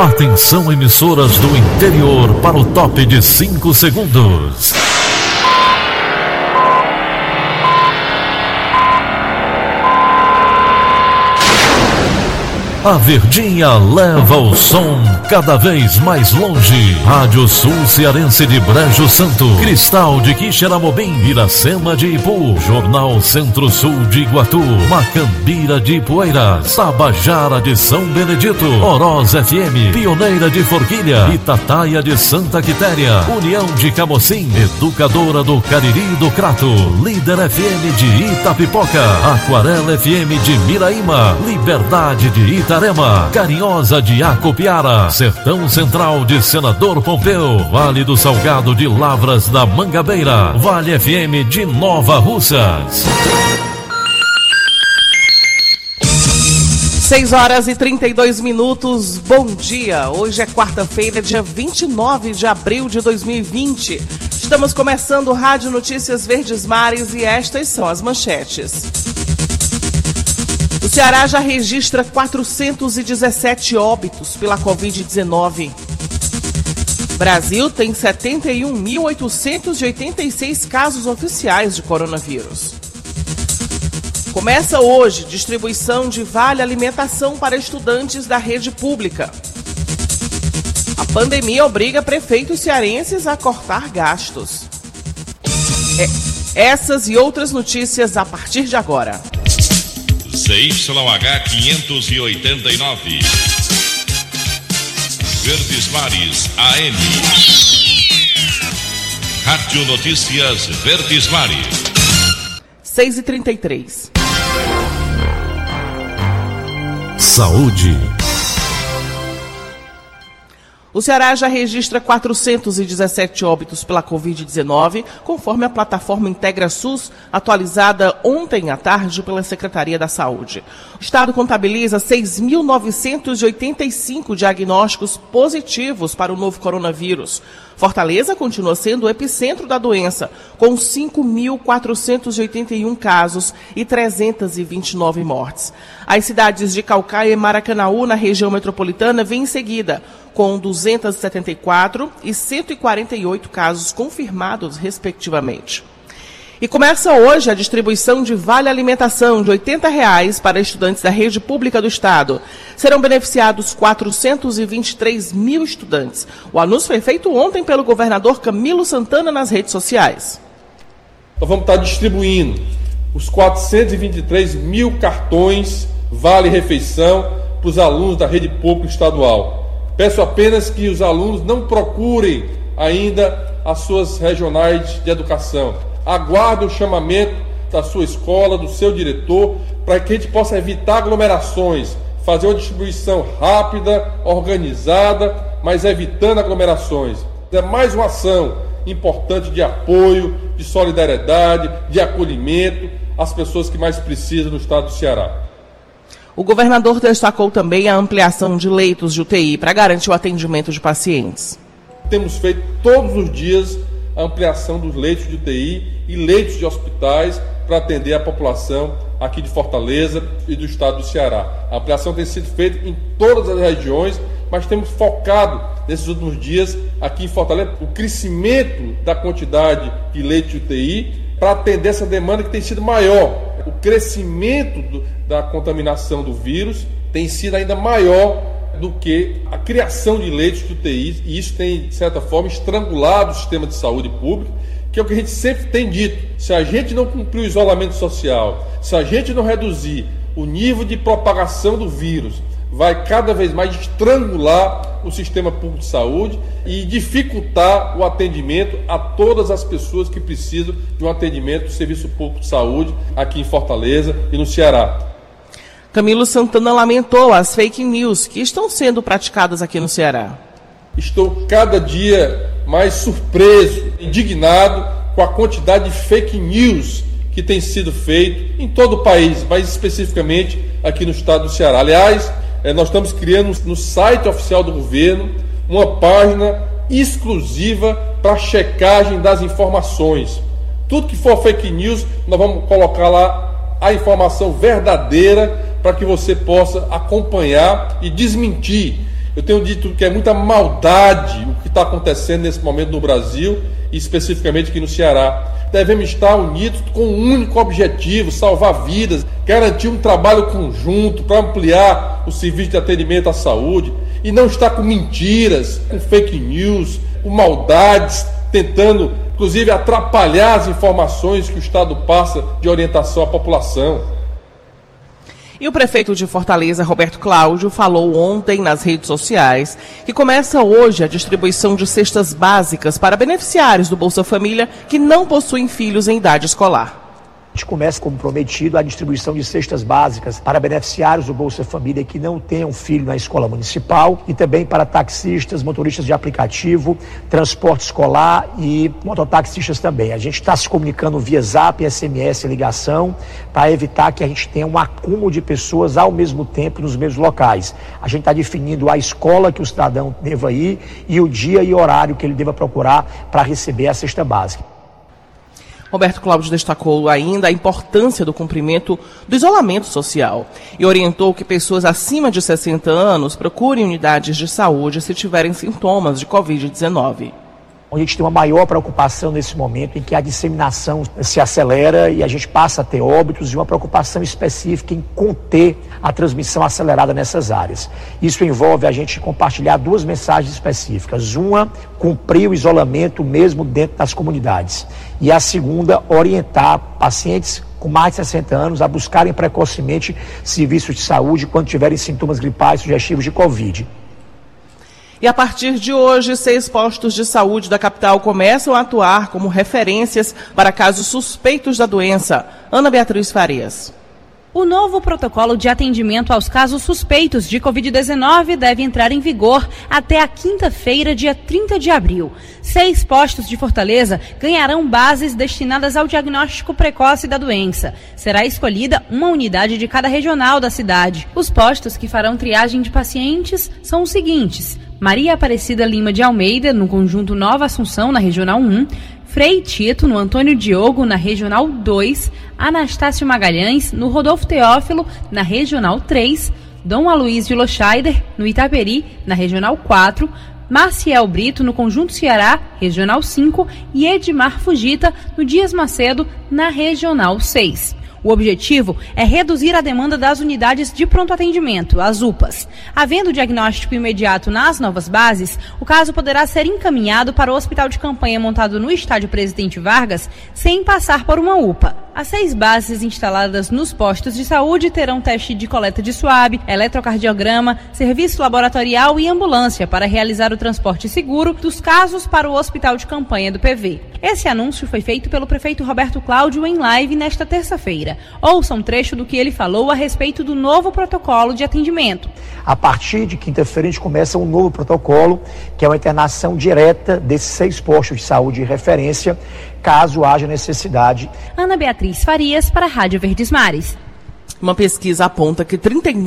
Atenção, emissoras do interior, para o top de 5 segundos. A Verdinha leva o som cada vez mais longe. Rádio Sul Cearense de Brejo Santo, Cristal de Quixeramobim, Iracema de Ipu, Jornal Centro-Sul de Iguatu, Macambira de Ipueiras, Tabajara de São Benedito, Oroz FM, Pioneira de Forquilha, Itataia de Santa Quitéria, União de Camocim, Educadora do Cariri do Crato, Líder FM de Itapipoca, Aquarela FM de Miraíma, Liberdade de Itarema, Carinhosa de Acopiara, Sertão Central de Senador Pompeu, Vale do Salgado de Lavras da Mangabeira, Vale FM de Nova Russas. 6h32. Bom dia. Hoje é quarta-feira, dia 29 de abril de 2020. Estamos começando o Rádio Notícias Verdes Mares e estas são as manchetes. O Ceará já registra 417 óbitos pela Covid-19. Brasil tem 71.886 casos oficiais de coronavírus. Começa hoje distribuição de vale alimentação para estudantes da rede pública. A pandemia obriga prefeitos cearenses a cortar gastos. Essas e outras notícias a partir de agora. ZYH 589. Verdes Mares AM. Rádio Notícias Verdes Mares. 6h33. Saúde. O Ceará já registra 417 óbitos pela Covid-19, conforme a plataforma IntegraSUS, atualizada ontem à tarde pela Secretaria da Saúde. O Estado contabiliza 6.985 diagnósticos positivos para o novo coronavírus. Fortaleza continua sendo o epicentro da doença, com 5.481 casos e 329 mortes. As cidades de Caucaia e Maracanaú, na região metropolitana, vêm em seguida, com 274 e 148 casos confirmados, respectivamente. E começa hoje a distribuição de vale alimentação de R$ 80 para estudantes da rede pública do Estado. Serão beneficiados 423 mil estudantes. O anúncio foi feito ontem pelo governador Camilo Santana nas redes sociais. Nós vamos estar distribuindo os 423 mil cartões Vale Refeição para os alunos da rede pública estadual. Peço apenas que os alunos não procurem ainda as suas regionais de educação. Aguardem o chamamento da sua escola, do seu diretor, para que a gente possa evitar aglomerações, fazer uma distribuição rápida, organizada, mas evitando aglomerações. É mais uma ação importante de apoio, de solidariedade, de acolhimento às pessoas que mais precisam no estado do Ceará. O governador destacou também a ampliação de leitos de UTI para garantir o atendimento de pacientes. Temos feito todos os dias a ampliação dos leitos de UTI e leitos de hospitais para atender a população aqui de Fortaleza e do estado do Ceará. A ampliação tem sido feita em todas as regiões, mas temos focado nesses últimos dias aqui em Fortaleza o crescimento da quantidade de leitos de UTI para atender essa demanda que tem sido maior. O crescimento da contaminação do vírus tem sido ainda maior do que a criação de leitos de UTI, e isso tem, de certa forma, estrangulado o sistema de saúde público, que é o que a gente sempre tem dito. Se a gente não cumprir o isolamento social, se a gente não reduzir o nível de propagação do vírus, vai cada vez mais estrangular o sistema público de saúde e dificultar o atendimento a todas as pessoas que precisam de um atendimento do Serviço Público de Saúde aqui em Fortaleza e no Ceará. Camilo Santana lamentou as fake news que estão sendo praticadas aqui no Ceará. Estou cada dia mais surpreso, indignado com a quantidade de fake news que tem sido feito em todo o país, mas especificamente aqui no estado do Ceará. Aliás, nós estamos criando no site oficial do governo uma página exclusiva para checagem das informações. Tudo que for fake news, nós vamos colocar lá a informação verdadeira para que você possa acompanhar e desmentir. Eu tenho dito que é muita maldade o que está acontecendo nesse momento no Brasil e especificamente aqui no Ceará. Devemos estar unidos com um único objetivo: salvar vidas, garantir um trabalho conjunto para ampliar o serviço de atendimento à saúde e não estar com mentiras, com fake news, com maldades, tentando inclusive atrapalhar as informações que o Estado passa de orientação à população. E o prefeito de Fortaleza, Roberto Cláudio, falou ontem nas redes sociais que começa hoje a distribuição de cestas básicas para beneficiários do Bolsa Família que não possuem filhos em idade escolar. A gente começa, como prometido, a distribuição de cestas básicas para beneficiários do Bolsa Família que não tenham filho na escola municipal e também para taxistas, motoristas de aplicativo, transporte escolar e mototaxistas também. A gente está se comunicando via Zap, SMS e ligação para evitar que a gente tenha um acúmulo de pessoas ao mesmo tempo nos mesmos locais. A gente está definindo a escola que o cidadão deva ir e o dia e horário que ele deva procurar para receber a cesta básica. Roberto Cláudio destacou ainda a importância do cumprimento do isolamento social e orientou que pessoas acima de 60 anos procurem unidades de saúde se tiverem sintomas de Covid-19. A gente tem uma maior preocupação nesse momento em que a disseminação se acelera e a gente passa a ter óbitos e uma preocupação específica em conter a transmissão acelerada nessas áreas. Isso envolve a gente compartilhar duas mensagens específicas. Uma, cumprir o isolamento mesmo dentro das comunidades. E a segunda, orientar pacientes com mais de 60 anos a buscarem precocemente serviços de saúde quando tiverem sintomas gripais sugestivos de Covid. E a partir de hoje, 6 postos de saúde da capital começam a atuar como referências para casos suspeitos da doença. Ana Beatriz Farias. O novo protocolo de atendimento aos casos suspeitos de Covid-19 deve entrar em vigor até a quinta-feira, dia 30 de abril. 6 postos de Fortaleza ganharão bases destinadas ao diagnóstico precoce da doença. Será escolhida uma unidade de cada regional da cidade. Os postos que farão triagem de pacientes são os seguintes: Maria Aparecida Lima de Almeida, no conjunto Nova Assunção, na Regional 1, Frei Tito, no Antônio Diogo, na Regional 2, Anastácio Magalhães, no Rodolfo Teófilo, na Regional 3, Dom Aloysio Loscheider, no Itaperi, na Regional 4, Maciel Brito, no Conjunto Ceará, Regional 5, e Edmar Fugita, no Dias Macedo, na Regional 6. O objetivo é reduzir a demanda das unidades de pronto atendimento, as UPAs. Havendo diagnóstico imediato nas novas bases, o caso poderá ser encaminhado para o hospital de campanha montado no estádio Presidente Vargas, sem passar por uma UPA. As 6 bases instaladas nos postos de saúde terão teste de coleta de suave, eletrocardiograma, serviço laboratorial e ambulância para realizar o transporte seguro dos casos para o hospital de campanha do PV. Esse anúncio foi feito pelo prefeito Roberto Cláudio em live nesta terça-feira. Ouça um trecho do que ele falou a respeito do novo protocolo de atendimento. A partir de quinta-feira a gente começa um novo protocolo, que é uma internação direta desses 6 postos de saúde de referência, caso haja necessidade. Ana Beatriz Farias, para a Rádio Verdes Mares. Uma pesquisa aponta que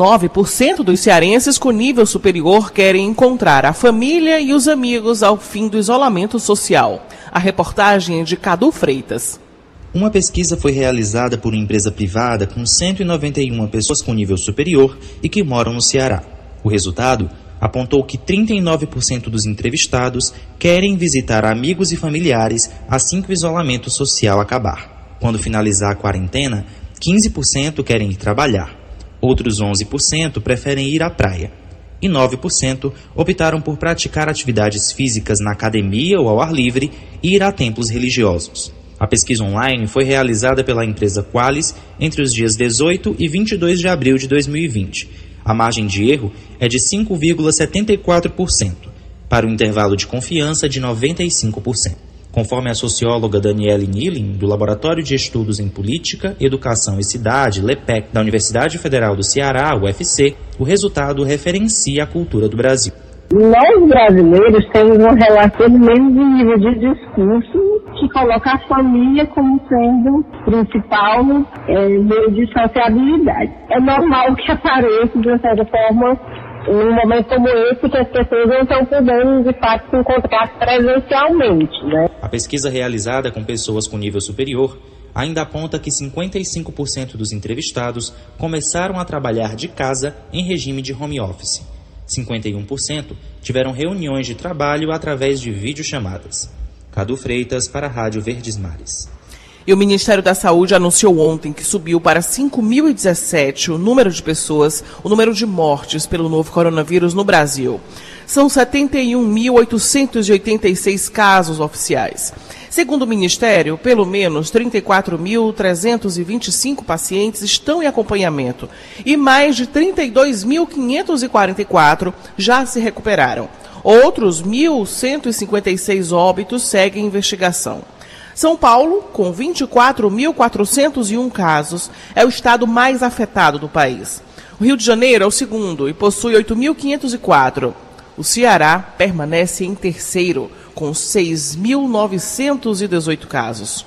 39% dos cearenses com nível superior querem encontrar a família e os amigos ao fim do isolamento social. A reportagem é de Cadu Freitas. Uma pesquisa foi realizada por uma empresa privada com 191 pessoas com nível superior e que moram no Ceará. O resultado apontou que 39% dos entrevistados querem visitar amigos e familiares assim que o isolamento social acabar. Quando finalizar a quarentena, 15% querem ir trabalhar. Outros 11% preferem ir à praia. E 9% optaram por praticar atividades físicas na academia ou ao ar livre e ir a templos religiosos. A pesquisa online foi realizada pela empresa Qualis entre os dias 18 e 22 de abril de 2020. A margem de erro é de 5,74%, para um intervalo de confiança de 95%. Conforme a socióloga Daniele Nilin, do Laboratório de Estudos em Política, Educação e Cidade, LEPEC, da Universidade Federal do Ceará, UFC, o resultado referencia a cultura do Brasil. Nós brasileiros temos uma relação, mesmo de nível de discurso, que coloca a família como sendo o principal meio de sociabilidade. É normal que apareça, de uma certa forma, num momento como esse, que as pessoas não estão podendo, de fato, se encontrar presencialmente, né? A pesquisa realizada com pessoas com nível superior ainda aponta que 55% dos entrevistados começaram a trabalhar de casa em regime de home office. 51% tiveram reuniões de trabalho através de videochamadas. Cadu Freitas para a Rádio Verdes Mares. E o Ministério da Saúde anunciou ontem que subiu para 5.017 o número de mortes pelo novo coronavírus no Brasil. São 71.886 casos oficiais. Segundo o Ministério, pelo menos 34.325 pacientes estão em acompanhamento e mais de 32.544 já se recuperaram. Outros 1.156 óbitos seguem investigação. São Paulo, com 24.401 casos, é o estado mais afetado do país. O Rio de Janeiro é o segundo e possui 8.504. O Ceará permanece em terceiro, com 6.918 casos.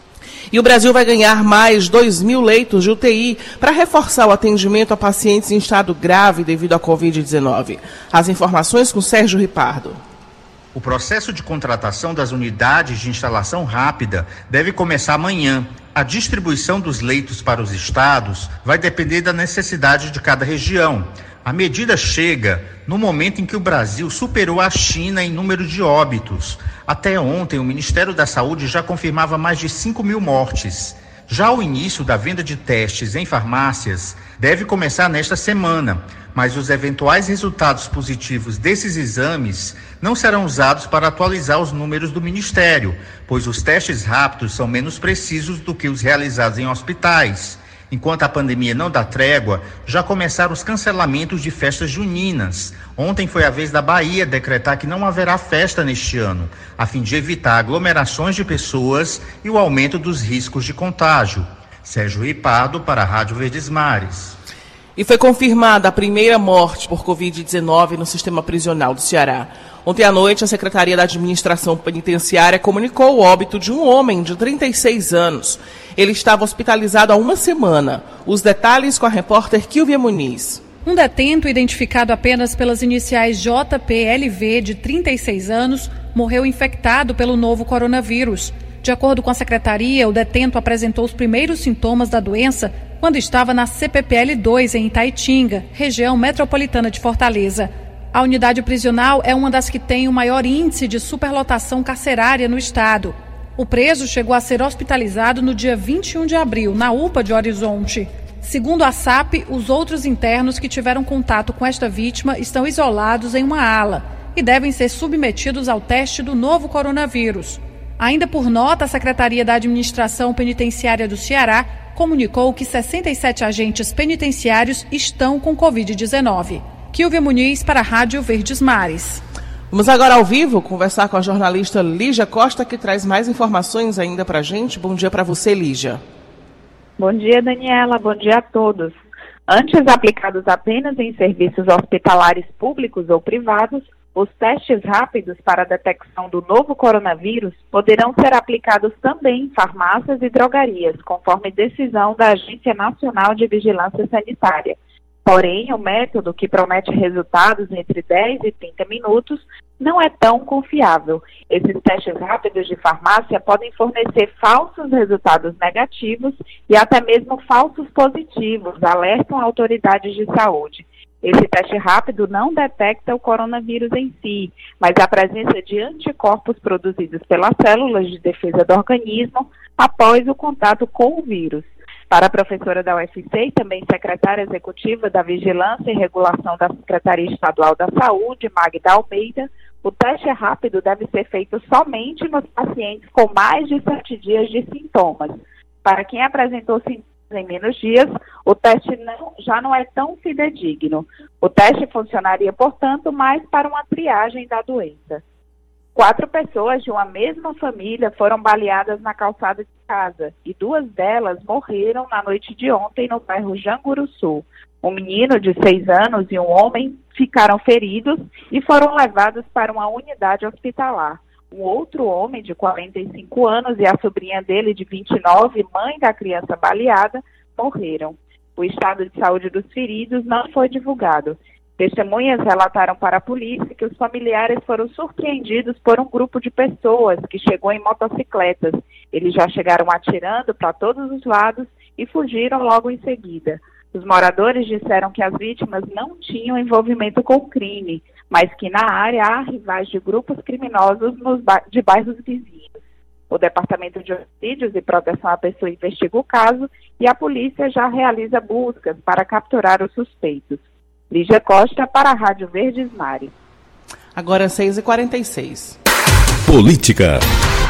E o Brasil vai ganhar mais 2.000 leitos de UTI para reforçar o atendimento a pacientes em estado grave devido à Covid-19. As informações com Sérgio Ripardo. O processo de contratação das unidades de instalação rápida deve começar amanhã. A distribuição dos leitos para os estados vai depender da necessidade de cada região. A medida chega no momento em que o Brasil superou a China em número de óbitos. Até ontem, o Ministério da Saúde já confirmava mais de 5.000 mortes. Já o início da venda de testes em farmácias deve começar nesta semana, mas os eventuais resultados positivos desses exames não serão usados para atualizar os números do Ministério, pois os testes rápidos são menos precisos do que os realizados em hospitais. Enquanto a pandemia não dá trégua, já começaram os cancelamentos de festas juninas. Ontem foi a vez da Bahia decretar que não haverá festa neste ano, a fim de evitar aglomerações de pessoas e o aumento dos riscos de contágio. Sérgio Ripardo para a Rádio Verdes Mares. E foi confirmada a primeira morte por Covid-19 no sistema prisional do Ceará. Ontem à noite, a Secretaria da Administração Penitenciária comunicou o óbito de um homem de 36 anos. Ele estava hospitalizado há uma semana. Os detalhes com a repórter Kílvia Muniz. Um detento identificado apenas pelas iniciais JPLV, de 36 anos, morreu infectado pelo novo coronavírus. De acordo com a Secretaria, o detento apresentou os primeiros sintomas da doença quando estava na CPPL-2, em Itaitinga, região metropolitana de Fortaleza. A unidade prisional é uma das que tem o maior índice de superlotação carcerária no estado. O preso chegou a ser hospitalizado no dia 21 de abril, na UPA de Horizonte. Segundo a SAP, os outros internos que tiveram contato com esta vítima estão isolados em uma ala e devem ser submetidos ao teste do novo coronavírus. Ainda por nota, a Secretaria da Administração Penitenciária do Ceará comunicou que 67 agentes penitenciários estão com Covid-19. Kílvia Muniz para a Rádio Verdes Mares. Vamos agora ao vivo conversar com a jornalista Lígia Costa, que traz mais informações ainda para a gente. Bom dia para você, Lígia. Bom dia, Daniela. Bom dia a todos. Antes aplicados apenas em serviços hospitalares públicos ou privados, os testes rápidos para a detecção do novo coronavírus poderão ser aplicados também em farmácias e drogarias, conforme decisão da Agência Nacional de Vigilância Sanitária. Porém, o método, que promete resultados entre 10 e 30 minutos, não é tão confiável. Esses testes rápidos de farmácia podem fornecer falsos resultados negativos e até mesmo falsos positivos, alertam autoridades de saúde. Esse teste rápido não detecta o coronavírus em si, mas a presença de anticorpos produzidos pelas células de defesa do organismo após o contato com o vírus. Para a professora da UFC e também secretária executiva da Vigilância e Regulação da Secretaria Estadual da Saúde, Magda Almeida, o teste rápido deve ser feito somente nos pacientes com mais de 7 dias de sintomas. Para quem apresentou sintomas em menos dias, o teste já não é tão fidedigno. O teste funcionaria, portanto, mais para uma triagem da doença. 4 pessoas de uma mesma família foram baleadas na calçada de casa e 2 delas morreram na noite de ontem no bairro Janguruçu. Um menino de 6 anos e um homem ficaram feridos e foram levados para uma unidade hospitalar. Um outro homem de 45 anos e a sobrinha dele de 29, mãe da criança baleada, morreram. O estado de saúde dos feridos não foi divulgado. Testemunhas relataram para a polícia que os familiares foram surpreendidos por um grupo de pessoas que chegou em motocicletas. Eles já chegaram atirando para todos os lados e fugiram logo em seguida. Os moradores disseram que as vítimas não tinham envolvimento com o crime, mas que na área há rivais de grupos criminosos de bairros vizinhos. O Departamento de Homicídios e Proteção à Pessoa investiga o caso e a polícia já realiza buscas para capturar os suspeitos. Lígia Costa para a Rádio Verdes Mares. Agora 6h46. Política.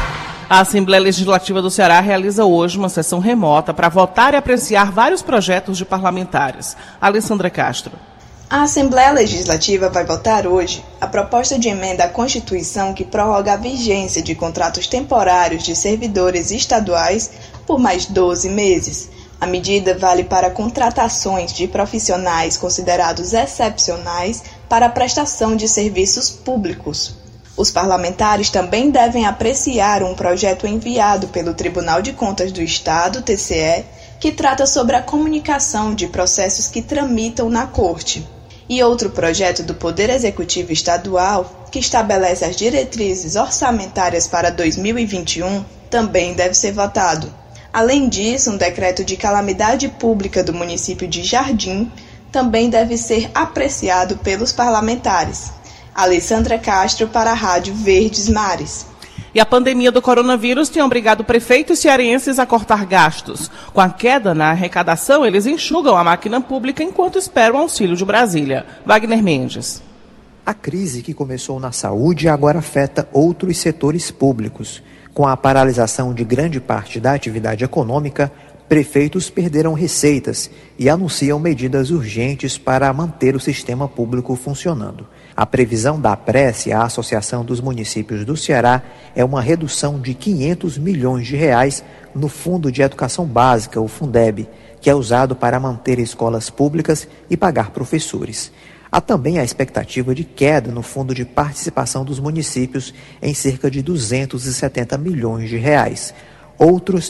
A Assembleia Legislativa do Ceará realiza hoje uma sessão remota para votar e apreciar vários projetos de parlamentares. Alessandra Castro. A Assembleia Legislativa vai votar hoje a proposta de emenda à Constituição que prorroga a vigência de contratos temporários de servidores estaduais por mais 12 meses. A medida vale para contratações de profissionais considerados excepcionais para a prestação de serviços públicos. Os parlamentares também devem apreciar um projeto enviado pelo Tribunal de Contas do Estado, TCE, que trata sobre a comunicação de processos que tramitam na Corte. E outro projeto do Poder Executivo Estadual, que estabelece as diretrizes orçamentárias para 2021, também deve ser votado. Além disso, um decreto de calamidade pública do município de Jardim também deve ser apreciado pelos parlamentares. Alessandra Castro para a Rádio Verdes Mares. E a pandemia do coronavírus tem obrigado prefeitos cearenses a cortar gastos. Com a queda na arrecadação, eles enxugam a máquina pública enquanto esperam o auxílio de Brasília. Wagner Mendes. A crise que começou na saúde agora afeta outros setores públicos. Com a paralisação de grande parte da atividade econômica, prefeitos perderam receitas e anunciam medidas urgentes para manter o sistema público funcionando. A previsão da APRESE, a Associação dos Municípios do Ceará, é uma redução de 500 milhões de reais no Fundo de Educação Básica, o Fundeb, que é usado para manter escolas públicas e pagar professores. Há também a expectativa de queda no Fundo de Participação dos Municípios em cerca de 270 milhões de reais. Outros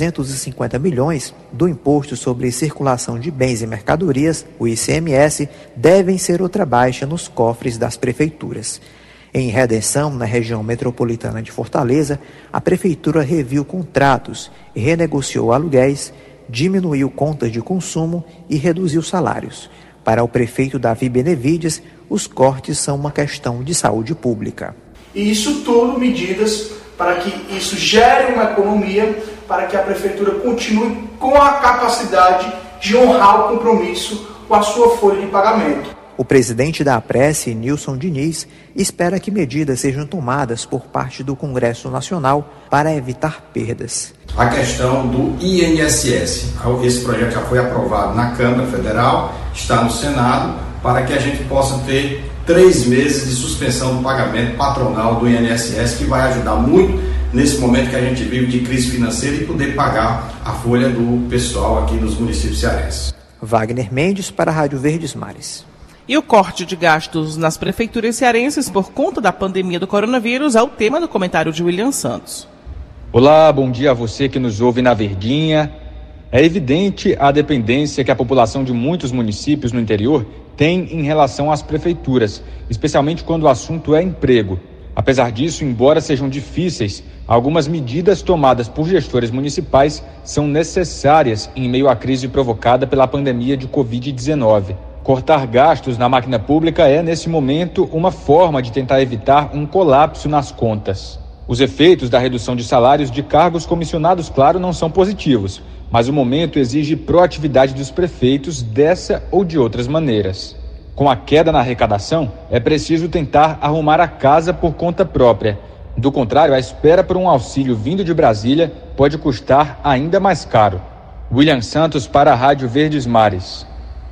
350 milhões do Imposto sobre Circulação de Bens e Mercadorias, o ICMS, devem ser outra baixa nos cofres das prefeituras. Em Redenção, na região metropolitana de Fortaleza, a prefeitura reviu contratos, renegociou aluguéis, diminuiu contas de consumo e reduziu salários. Para o prefeito Davi Benevides, os cortes são uma questão de saúde pública. E isso tudo medidas para que isso gere uma economia, para que a prefeitura continue com a capacidade de honrar o compromisso com a sua folha de pagamento. O presidente da APRESE, Nilson Diniz, espera que medidas sejam tomadas por parte do Congresso Nacional para evitar perdas. A questão do INSS. Esse projeto já foi aprovado na Câmara Federal, está no Senado, para que a gente possa ter 3 meses de suspensão do pagamento patronal do INSS, que vai ajudar muito nesse momento que a gente vive de crise financeira e poder pagar a folha do pessoal aqui nos municípios cearenses. Wagner Mendes para a Rádio Verdes Mares. E o corte de gastos nas prefeituras cearenses por conta da pandemia do coronavírus é o tema do comentário de William Santos. Olá, bom dia a você que nos ouve na Verdinha. É evidente a dependência que a população de muitos municípios no interior tem em relação às prefeituras, especialmente quando o assunto é emprego. Apesar disso, embora sejam difíceis, algumas medidas tomadas por gestores municipais são necessárias em meio à crise provocada pela pandemia de Covid-19. Cortar gastos na máquina pública é, nesse momento, uma forma de tentar evitar um colapso nas contas. Os efeitos da redução de salários de cargos comissionados, claro, não são positivos, mas o momento exige proatividade dos prefeitos dessa ou de outras maneiras. Com a queda na arrecadação, é preciso tentar arrumar a casa por conta própria. Do contrário, a espera por um auxílio vindo de Brasília pode custar ainda mais caro. William Santos para a Rádio Verdes Mares.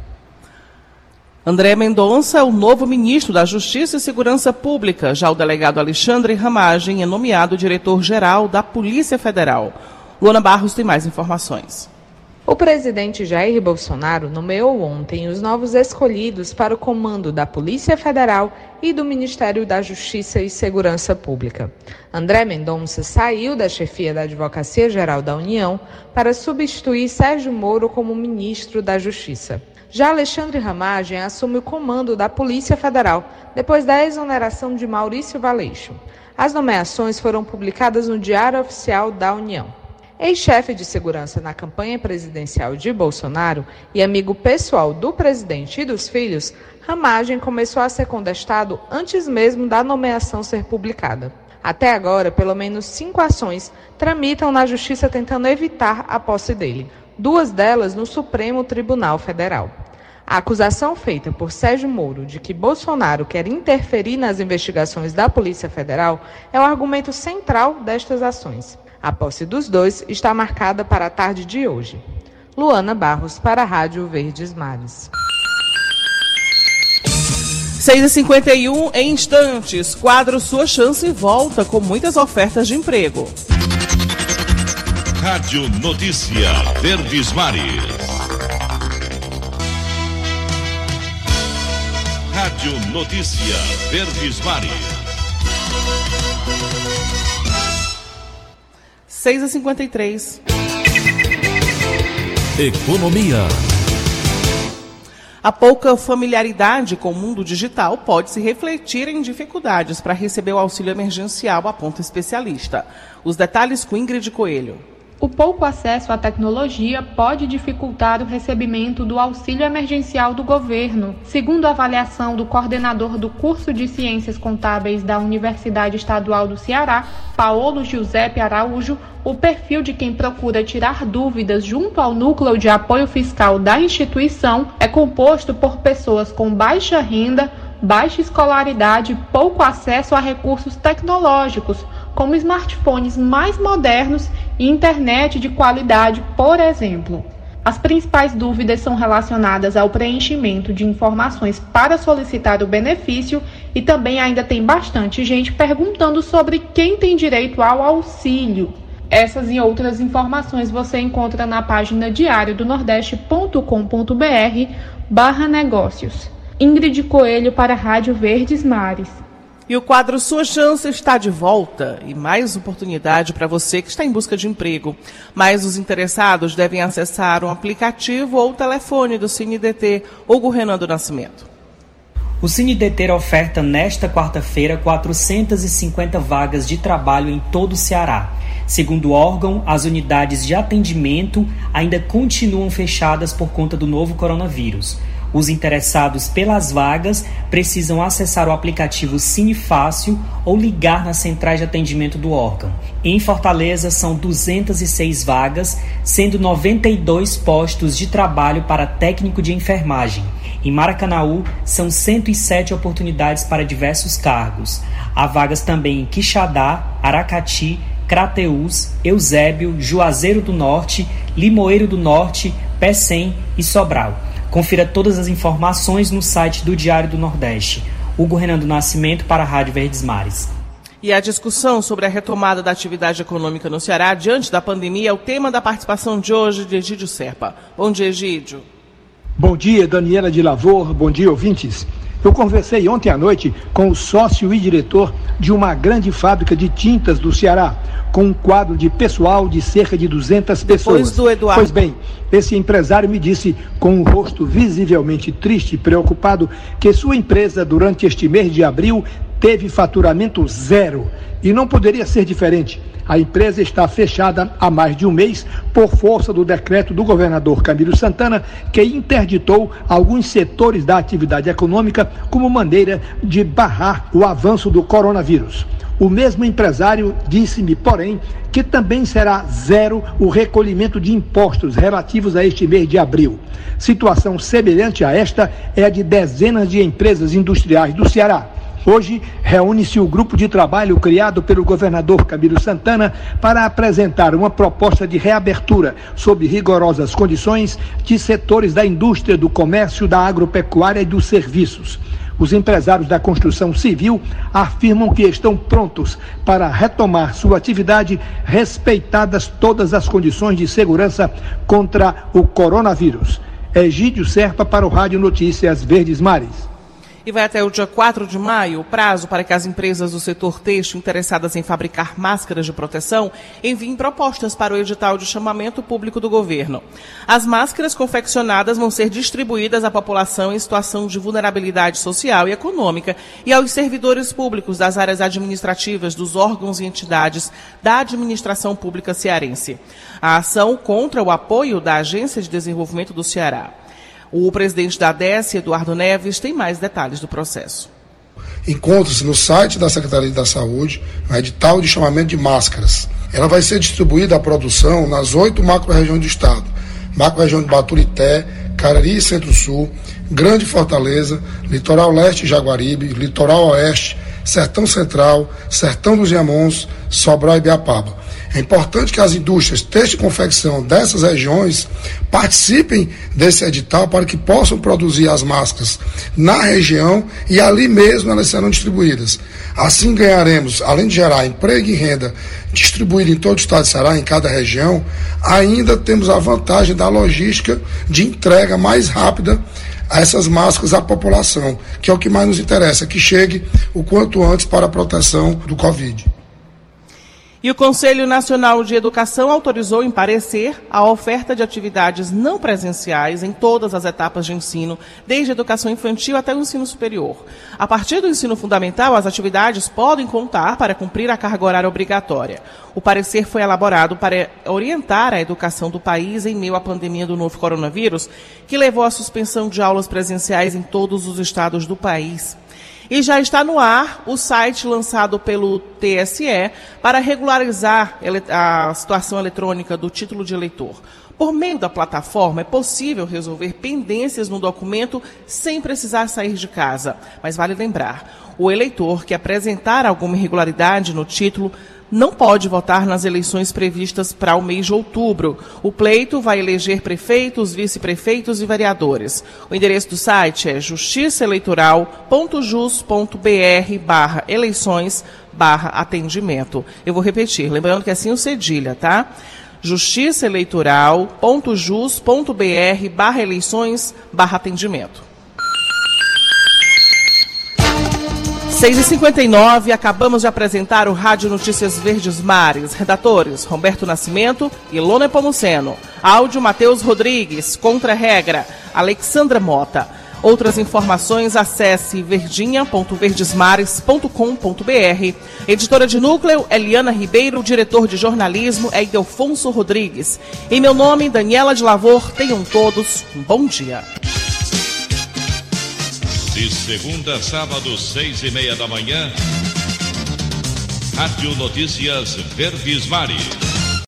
André Mendonça é o novo ministro da Justiça e Segurança Pública. Já o delegado Alexandre Ramagem é nomeado diretor-geral da Polícia Federal. Luana Barros tem mais informações. O presidente Jair Bolsonaro nomeou ontem os novos escolhidos para o comando da Polícia Federal e do Ministério da Justiça e Segurança Pública. André Mendonça saiu da chefia da Advocacia Geral da União para substituir Sérgio Moro como ministro da Justiça. Já Alexandre Ramagem assume o comando da Polícia Federal, depois da exoneração de Maurício Valeixo. As nomeações foram publicadas no Diário Oficial da União. Ex-chefe de segurança na campanha presidencial de Bolsonaro e amigo pessoal do presidente e dos filhos, Ramagem começou a ser contestado antes mesmo da nomeação ser publicada. Até agora, pelo menos 5 ações tramitam na Justiça tentando evitar a posse dele. 2 delas no Supremo Tribunal Federal. A acusação feita por Sérgio Moro de que Bolsonaro quer interferir nas investigações da Polícia Federal é o argumento central destas ações. A posse dos 2 está marcada para a tarde de hoje. Luana Barros, para a Rádio Verdes Mares. 6h51, em instantes, quadro Sua Chance volta com muitas ofertas de emprego. Rádio Notícia Verdes Mares. Rádio Notícia Verdes Mares. 6h53. Economia. A pouca familiaridade com o mundo digital pode se refletir em dificuldades para receber o auxílio emergencial, aponta especialista. Os detalhes com Ingrid Coelho. O pouco acesso à tecnologia pode dificultar o recebimento do auxílio emergencial do governo. Segundo a avaliação do coordenador do curso de Ciências Contábeis da Universidade Estadual do Ceará, Paulo Giuseppe Araújo, o perfil de quem procura tirar dúvidas junto ao núcleo de apoio fiscal da instituição é composto por pessoas com baixa renda, baixa escolaridade e pouco acesso a recursos tecnológicos, como smartphones mais modernos e internet de qualidade, por exemplo. As principais dúvidas são relacionadas ao preenchimento de informações para solicitar o benefício e também ainda tem bastante gente perguntando sobre quem tem direito ao auxílio. Essas e outras informações você encontra na página diariodonordeste.com.br/negócios. Ingrid Coelho para a Rádio Verdes Mares. E o quadro Sua Chance está de volta e mais oportunidade para você que está em busca de emprego. Mas os interessados devem acessar um aplicativo ou o telefone do CineDT Hugo Renan do Nascimento. O CineDT oferta nesta quarta-feira 450 vagas de trabalho em todo o Ceará. Segundo o órgão, as unidades de atendimento ainda continuam fechadas por conta do novo coronavírus. Os interessados pelas vagas precisam acessar o aplicativo Cine Fácil ou ligar nas centrais de atendimento do órgão. Em Fortaleza, são 206 vagas, sendo 92 postos de trabalho para técnico de enfermagem. Em Maracanaú, são 107 oportunidades para diversos cargos. Há vagas também em Quixadá, Aracati, Crateús, Eusébio, Juazeiro do Norte, Limoeiro do Norte, Pecém e Sobral. Confira todas as informações no site do Diário do Nordeste. Hugo Renan do Nascimento para a Rádio Verdes Mares. E a discussão sobre a retomada da atividade econômica no Ceará diante da pandemia é o tema da participação de hoje de Egídio Serpa. Bom dia, Egídio. Bom dia, Daniela de Lavor. Bom dia, ouvintes. Eu conversei ontem à noite com o sócio e diretor de uma grande fábrica de tintas do Ceará, com um quadro de pessoal de cerca de 200 pessoas. Depois do Eduardo. Pois bem, esse empresário me disse, com o rosto visivelmente triste e preocupado, que sua empresa, durante este mês de abril, teve faturamento zero. E não poderia ser diferente. A empresa está fechada há mais de um mês por força do decreto do governador Camilo Santana, que interditou alguns setores da atividade econômica como maneira de barrar o avanço do coronavírus. O mesmo empresário disse-me, porém, que também será zero o recolhimento de impostos relativos a este mês de abril. Situação semelhante a esta é a de dezenas de empresas industriais do Ceará. Hoje, reúne-se o grupo de trabalho criado pelo governador Camilo Santana para apresentar uma proposta de reabertura sob rigorosas condições de setores da indústria, do comércio, da agropecuária e dos serviços. Os empresários da construção civil afirmam que estão prontos para retomar sua atividade, respeitadas todas as condições de segurança contra o coronavírus. Egídio Serpa para o Rádio Notícias Verdes Mares. E vai até o dia 4 de maio o prazo para que as empresas do setor têxtil interessadas em fabricar máscaras de proteção enviem propostas para o edital de chamamento público do governo. As máscaras confeccionadas vão ser distribuídas à população em situação de vulnerabilidade social e econômica e aos servidores públicos das áreas administrativas dos órgãos e entidades da administração pública cearense. A ação contra o apoio da Agência de Desenvolvimento do Ceará. O presidente da ADES, Eduardo Neves, tem mais detalhes do processo. Encontra-se no site da Secretaria da Saúde um edital de chamamento de máscaras. Ela vai ser distribuída à produção nas 8 macro-regiões do estado. Macro-região de Baturité, Cariri e Centro-Sul, Grande Fortaleza, Litoral Leste e Jaguaribe, Litoral Oeste, Sertão Central, Sertão dos Inhamuns, Sobral e Ibiapaba. É importante que as indústrias têxtil e confecção dessas regiões participem desse edital para que possam produzir as máscaras na região e ali mesmo elas serão distribuídas. Assim ganharemos, além de gerar emprego e renda distribuído em todo o estado de Ceará, em cada região, ainda temos a vantagem da logística de entrega mais rápida a essas máscaras à população, que é o que mais nos interessa, que chegue o quanto antes para a proteção do Covid. E o Conselho Nacional de Educação autorizou em parecer a oferta de atividades não presenciais em todas as etapas de ensino, desde a educação infantil até o ensino superior. A partir do ensino fundamental, as atividades podem contar para cumprir a carga horária obrigatória. O parecer foi elaborado para orientar a educação do país em meio à pandemia do novo coronavírus, que levou à suspensão de aulas presenciais em todos os estados do país. E já está no ar o site lançado pelo TSE para regularizar a situação eletrônica do título de eleitor. Por meio da plataforma, é possível resolver pendências no documento sem precisar sair de casa. Mas vale lembrar, o eleitor que apresentar alguma irregularidade no título não pode votar nas eleições previstas para o mês de outubro. O pleito vai eleger prefeitos, vice-prefeitos e vereadores. O endereço do site é justiçaeleitoral.jus.br/eleições/atendimento. Eu vou repetir, lembrando que é assim o cedilha, tá? justiçaeleitoral.jus.br/eleições/atendimento. 6h59, acabamos de apresentar o Rádio Notícias Verdes Mares. Redatores, Roberto Nascimento e Lona Pomuceno. Áudio, Matheus Rodrigues. Contra-regra, Alexandra Mota. Outras informações, acesse verdinha.verdesmares.com.br. Editora de núcleo, Eliana Ribeiro. Diretor de jornalismo, é Idelfonso Rodrigues. Em meu nome, Daniela de Lavor. Tenham todos um bom dia. De segunda a sábado, 6h30 da manhã, Rádio Notícias Verdes Mares.